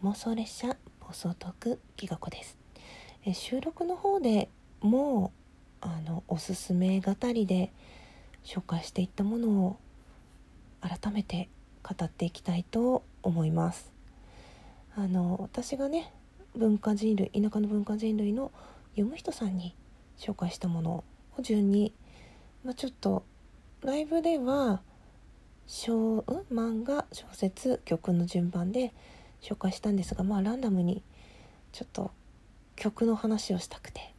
妄想列車暴走トークきがこです。収録の方でもうおすすめ語りで紹介していったものを改めて語っていきたいと思います。私がね田舎の文化人類の読む人さんに紹介したものを順に、ちょっとライブでは漫画、小説、曲の順番で紹介したんですが、ランダムにちょっと曲の話をしたくて、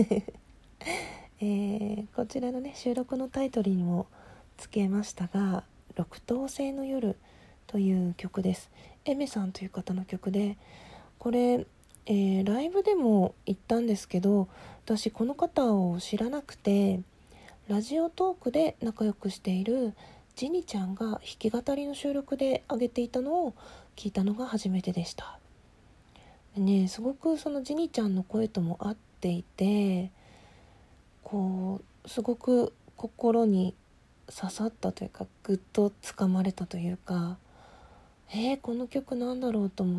こちらのね収録のタイトルにもつけましたが、六等星の夜という曲です。エメさんという方の曲で、これ、ライブでも言ったんですけど、私この方を知らなくて、ラジオトークで仲良くしているジニちゃんが弾き語りの収録で上げていたのを聞いたのが初めてでした。ね、すごくそのジニちゃんの声とも合っていて、すごく心に刺さったというか、ぐっとつかまれたというか、この曲なんだろうと思って、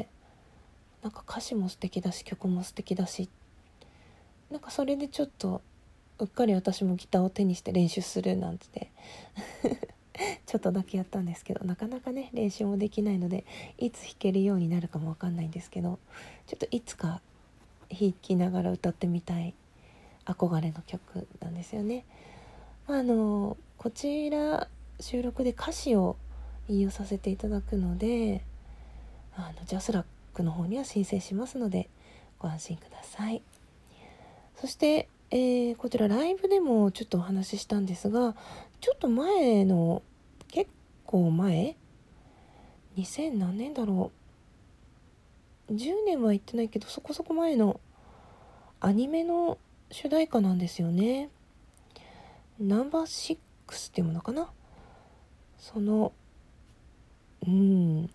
歌詞も素敵だし曲も素敵だし、それでちょっとうっかり私もギターを手にして練習するなんてちょっとだけやったんですけど、なかなかね練習もできないので、いつ弾けるようになるかもわかんないんですけど、ちょっといつか弾きながら歌ってみたい憧れの曲なんですよね。こちら収録で歌詞を引用させていただくので、ジャスラックの方には申請しますのでご安心ください。そして、こちらライブでもちょっとお話ししたんですが、ちょっと結構前、2000何年だろう、10年は言ってないけどそこそこ前のアニメの主題歌なんですよね。ナンバー6っていうものかな、そのエン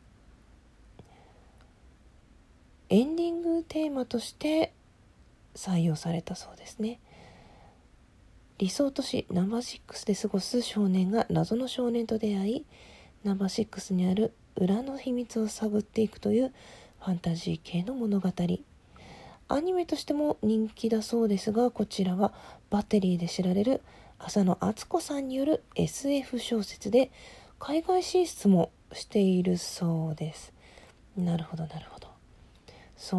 ディングテーマとして採用されたそうですね。理想都市ナンバー6で過ごす少年が謎の少年と出会い、ナンバー6にある裏の秘密を探っていくというファンタジー系の物語。アニメとしても人気だそうですが、こちらはバッテリーで知られる浅野敦子さんによる SF 小説で、海外進出もしているそうです。なるほど。そう、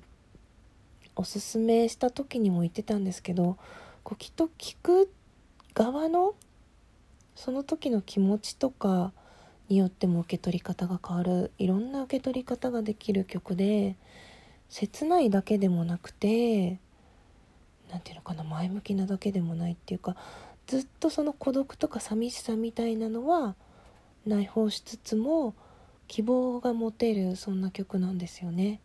おすすめした時にも言ってたんですけど、きっと聞く側のその時の気持ちとかによっても受け取り方が変わる、いろんな受け取り方ができる曲で、切ないだけでもなくて、なんていうのかな、前向きなだけでもないっていうか、ずっとその孤独とか寂しさみたいなのは内包しつつも希望が持てる、そんな曲なんですよね。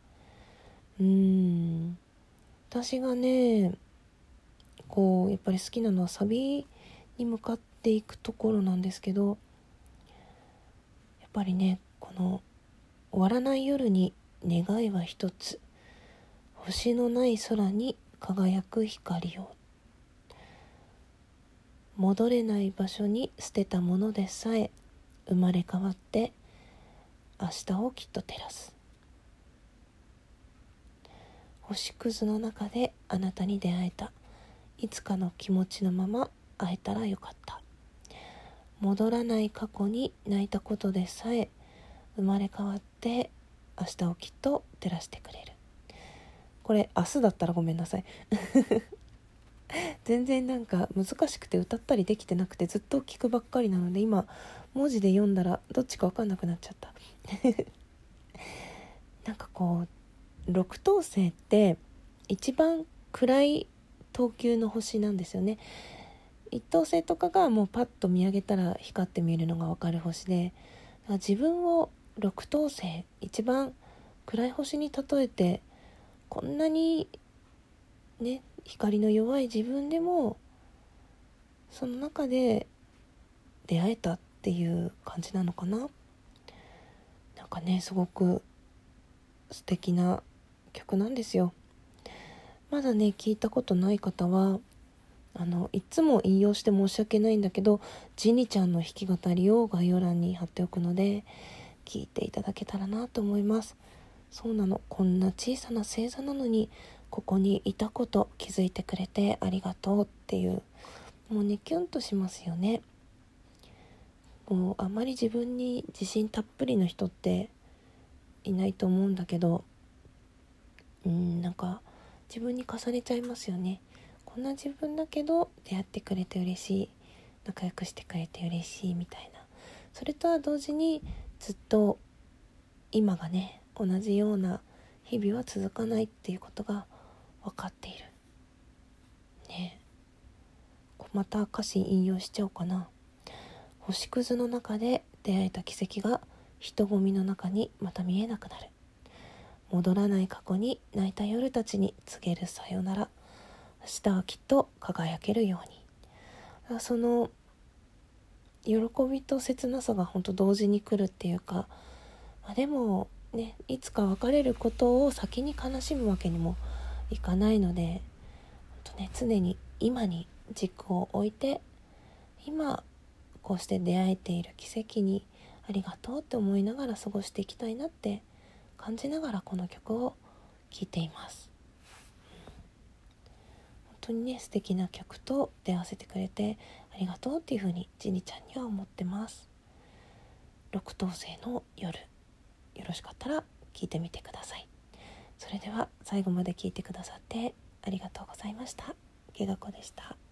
私がねやっぱり好きなのはサビに向かっていくところなんですけど、やっぱりね、この終わらない夜に願いは一つ、星のない空に輝く光を、戻れない場所に捨てたものでさえ生まれ変わって明日をきっと照らす。星屑の中であなたに出会えた、いつかの気持ちのまま会えたらよかった。戻らない過去に泣いたことでさえ生まれ変わって明日をきっと照らしてくれる。これ明日だったらごめんなさい全然難しくて歌ったりできてなくて、ずっと聞くばっかりなので、今文字で読んだらどっちか分かんなくなっちゃった六等星って一番暗い等級の星なんですよね。一等星とかがもうパッと見上げたら光って見えるのが分かる星で、自分を六等星、一番暗い星に例えて、こんなにね光の弱い自分でもその中で出会えたっていう感じなのかな。すごく素敵な曲なんですよ。まだね聞いたことない方はいつも引用して申し訳ないんだけど、ジニちゃんの弾き語りを概要欄に貼っておくので聞いていただけたらなと思います。 そうなの、こんな小さな星座なのにここにいたこと気づいてくれてありがとうっていう、もうねキュンとしますよね。もうあまり自分に自信たっぷりの人っていないと思うんだけど、なんか自分に重ねちゃいますよね。こんな自分だけど出会ってくれて嬉しい、仲良くしてくれて嬉しいみたいな。それとは同時にずっと今がね同じような日々は続かないっていうことが分かっているね。また歌詞引用しちゃおうかな。星屑の中で出会えた奇跡が人混みの中にまた見えなくなる。戻らない過去に泣いた夜たちに告げるさよなら。明日はきっと輝けるように。その喜びと切なさが本当同時に来るっていうか、でもね、いつか別れることを先に悲しむわけにもいかないので、本当ね、常に今に軸を置いて、今こうして出会えている奇跡にありがとうって思いながら過ごしていきたいなって感じながらこの曲を聴いています。本当にね、素敵な曲と出会わせてくれてありがとうっていう風にジニちゃんには思ってます。六等星の夜、よろしかったら聴いてみてください。それでは最後まで聴いてくださってありがとうございました。けがこでした。